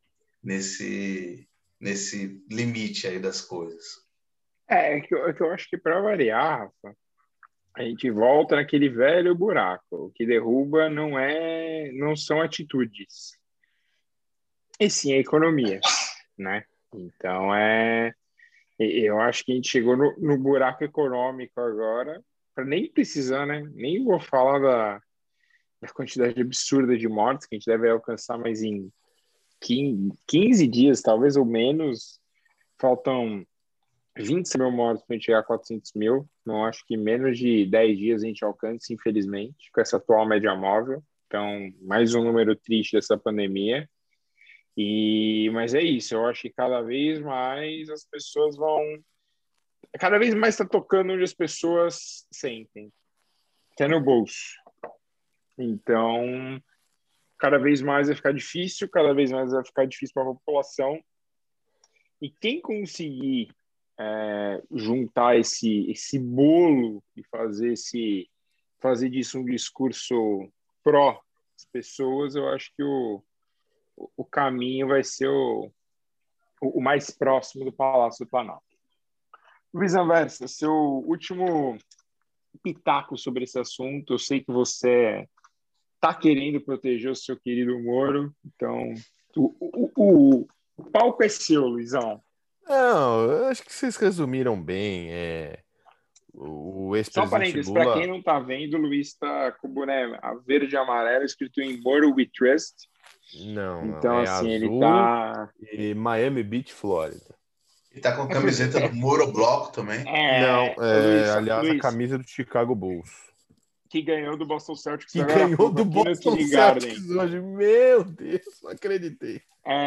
limite aí das coisas. Que eu acho que para variar, Rafa, a gente volta naquele velho buraco. O que derruba não são atitudes, e sim a economia, né? Então eu acho que a gente chegou no buraco econômico agora, para nem precisar, né? Nem vou falar da quantidade absurda de mortes que a gente deve alcançar, mas em 15 dias, talvez, ou menos, faltam 20 mil mortos para a gente chegar a 400 mil. Não acho que menos de 10 dias a gente alcance, infelizmente, com essa atual média móvel. Então, mais um número triste dessa pandemia. Mas é isso, eu acho que cada vez mais as pessoas vão... Cada vez mais está tocando onde as pessoas sentem, que é no bolso. Então, cada vez mais vai ficar difícil, cada vez mais vai ficar difícil para a população. E quem conseguir juntar esse bolo e fazer disso um discurso pró as pessoas, eu acho que o caminho vai ser o mais próximo do Palácio do Planalto. Luiz Anversa, seu último pitaco sobre esse assunto. Eu sei que você está querendo proteger o seu querido Moro, então o palco é seu, Luizão. Não, eu acho que vocês resumiram bem. O Só um ex-presidente parênteses, para Lula. quem não está vendo, o Luiz está com o boné verde e amarelo escrito em Moro We Trust. Não, Então, é assim, ele azul está... e Miami Beach, Flórida. E tá com a camiseta do Moro Bloco também. Não, Luiz, aliás, a camisa do Chicago Bulls. Que ganhou do Boston Celtics. Que ganhou do Boston Celtics hoje. Meu Deus, não acreditei.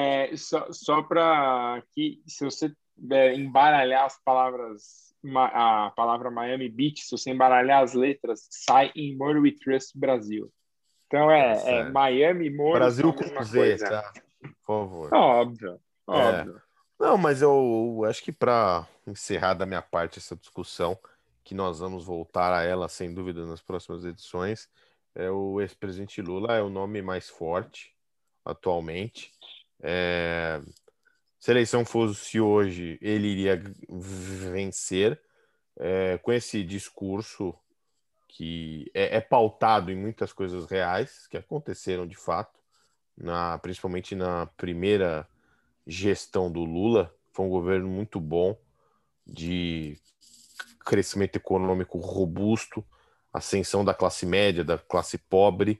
Só para que, se você embaralhar as palavras, a palavra Miami Beach, se você embaralhar as letras, sai em Moro We Trust Brasil. Então Miami, Moro, Brasil com com Z, coisa. tá? Por favor. Óbvio. Não, mas eu acho que para encerrar da minha parte essa discussão, que nós vamos voltar a ela, sem dúvida, nas próximas edições, o ex-presidente Lula é o nome mais forte atualmente. Se a eleição fosse hoje, ele iria vencer com esse discurso que é pautado em muitas coisas reais, que aconteceram de fato, principalmente na primeira gestão do Lula. Foi um governo muito bom, de crescimento econômico robusto, ascensão da classe média, da classe pobre,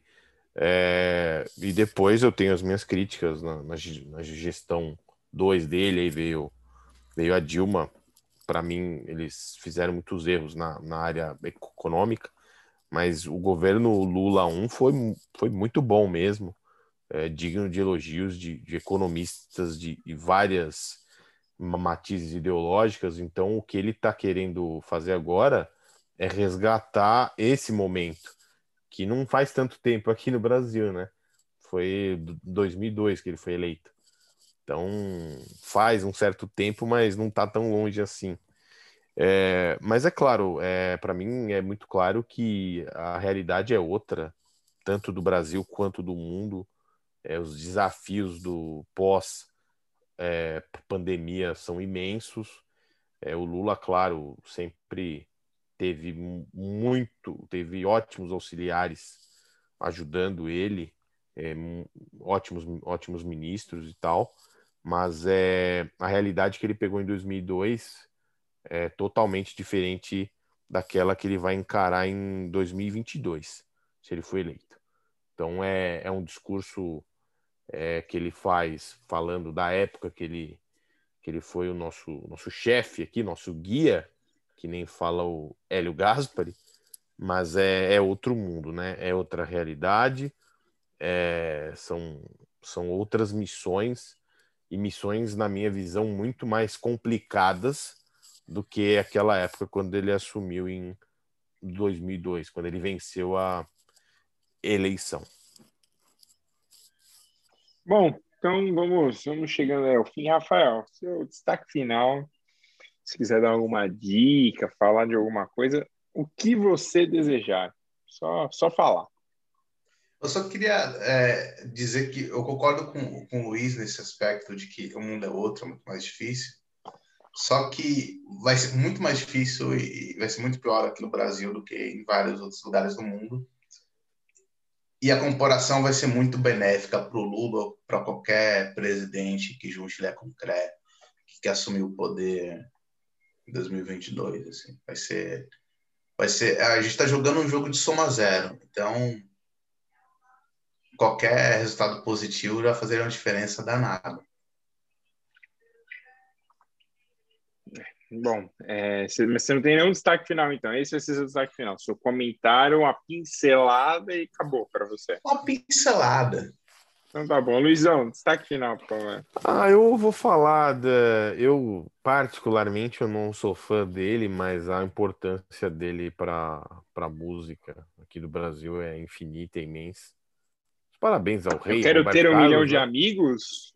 e depois eu tenho as minhas críticas na gestão 2 dele. Aí veio a Dilma. Para mim, eles fizeram muitos erros na área econômica, mas o governo Lula 1 foi muito bom mesmo, digno de elogios de economistas de várias matizes ideológicas. Então, o que ele está querendo fazer agora é resgatar esse momento, que não faz tanto tempo aqui no Brasil, né? Foi 2002 que ele foi eleito. Então, faz um certo tempo, mas não está tão longe assim. Mas é claro, para mim é muito claro que a realidade é outra, tanto do Brasil quanto do mundo. Os desafios do pós-pandemia são imensos. O Lula, claro, sempre teve ótimos auxiliares ajudando ele, ótimos ministros e tal, mas a realidade que ele pegou em 2002 é totalmente diferente daquela que ele vai encarar em 2022, se ele for eleito. Então é um discurso que ele faz falando da época que ele foi o nosso chefe aqui, nosso guia, que nem fala o Hélio Gaspari, mas é outro mundo, né? É outra realidade, são outras missões, e missões, na minha visão, muito mais complicadas do que aquela época quando ele assumiu em 2002, quando ele venceu a eleição. Bom, então vamos chegando ao fim. Rafael, seu destaque final, se quiser dar alguma dica, falar de alguma coisa, o que você desejar, só falar. Eu só queria dizer que eu concordo com o Luiz nesse aspecto de que o mundo é outro, é muito mais difícil. Só que vai ser muito mais difícil e vai ser muito pior aqui no Brasil do que em vários outros lugares do mundo. E a comparação vai ser muito benéfica para o Lula, para qualquer presidente que junte Lé com Cré, que quer assumir o poder em 2022. Assim. Vai ser. A gente está jogando um jogo de soma zero. Então, qualquer resultado positivo já fazer uma diferença danada. Bom, mas você não tem nenhum destaque final, então. Esse vai ser seu destaque final. Seu comentário, uma pincelada e acabou para você. Uma pincelada. Então tá bom. Luizão, destaque final, por favor. Eu vou falar eu particularmente eu não sou fã dele, mas a importância dele para a música aqui do Brasil é infinita, é imensa. Parabéns ao Eu rei quero Roberto ter 1 milhão Carlos, de né? amigos.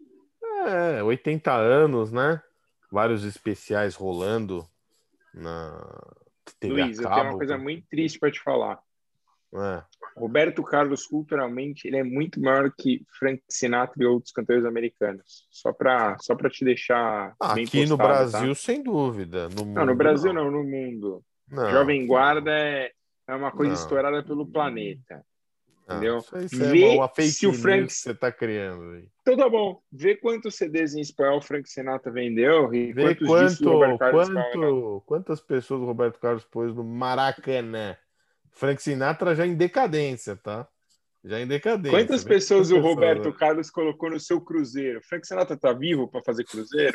80 anos, né? Vários especiais rolando na TV a Luiz, eu tenho uma cabo. coisa muito triste para te falar. É. Roberto Carlos, culturalmente, ele é muito maior que Frank Sinatra e outros cantores americanos. Só para te deixar bem Aqui no postado, tá? Brasil, sem dúvida. No Não, no mundo, Brasil não. não, no mundo. Não, Jovem aqui não. Guarda é uma coisa Não. estourada pelo planeta. Não. Entendeu? Isso é Vê uma se o fake Frank... news que você está criando aí. Então tá bom. Vê quantos CDs em espanhol o Frank Sinatra vendeu e Vê quantos discos o Roberto Carlos quantas pessoas o Roberto Carlos pôs no Maracanã. Frank Sinatra já em decadência, tá? Já em decadência. Quantas Vê quantas pessoas o pessoas, Roberto Carlos colocou no seu cruzeiro? Frank Sinatra tá vivo para fazer cruzeiro?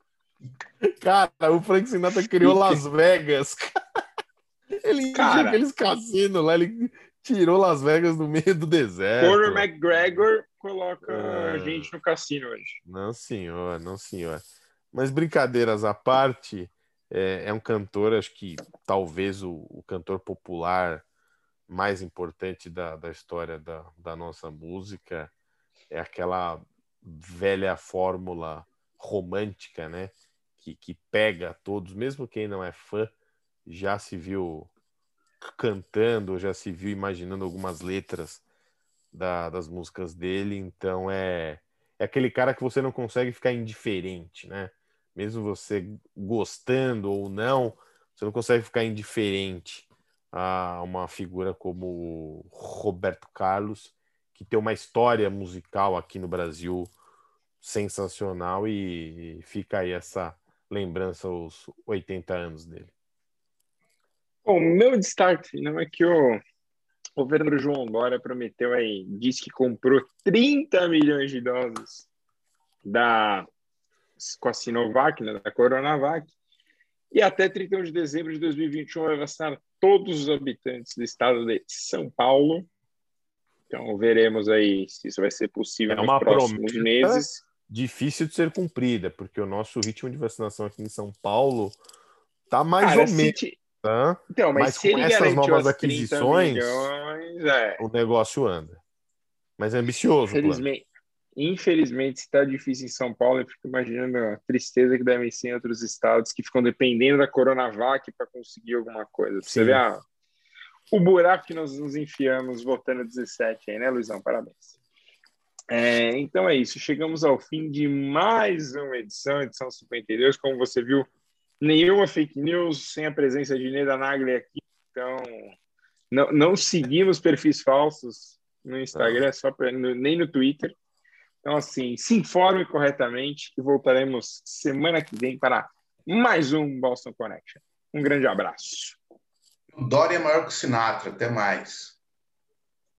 Cara, o Frank Sinatra criou Fica... Las Vegas. Ele encheu Cara, aqueles cassinos lá, ele tirou Las Vegas do meio do deserto. Conor McGregor coloca gente no cassino hoje. Não, senhor, não, senhor. Mas brincadeiras à parte, é um cantor, acho que talvez o cantor popular mais importante da história da nossa música. É aquela velha fórmula romântica, né? Que pega todos, mesmo quem não é fã, já se viu cantando, já se viu imaginando algumas letras das músicas dele. Então é aquele cara que você não consegue ficar indiferente, né? Mesmo você gostando ou não, você não consegue ficar indiferente a uma figura como o Roberto Carlos, que tem uma história musical aqui no Brasil sensacional, e fica aí essa lembrança aos 80 anos dele. Bom, meu destaque final é que o governo João Dória prometeu aí, disse que comprou 30 milhões de doses com a Sinovac, né, da Coronavac, e até 31 de dezembro de 2021 vai vacinar todos os habitantes do estado de São Paulo. Então veremos aí se isso vai ser possível nos próximos meses. Difícil de ser cumprida, porque o nosso ritmo de vacinação aqui em São Paulo tá mais ou menos. Tá? Então, mas se com ele essas novas 30 aquisições, milhões, o negócio anda. Mas é ambicioso o plano. Infelizmente, se está difícil em São Paulo, eu fico imaginando a tristeza que deve ser em outros estados que ficam dependendo da Coronavac para conseguir alguma coisa. Você vê o buraco que nós nos enfiamos votando 17 aí, né, Luizão? Parabéns. Então é isso, chegamos ao fim de mais uma edição 52. Como você viu, nenhuma fake news, sem a presença de Neda Nagli aqui. Então, não seguimos perfis falsos no Instagram, nem no Twitter. Então, assim, se informe corretamente e voltaremos semana que vem para mais um Boston Connection. Um grande abraço. O Dória é maior que o Sinatra. Até mais.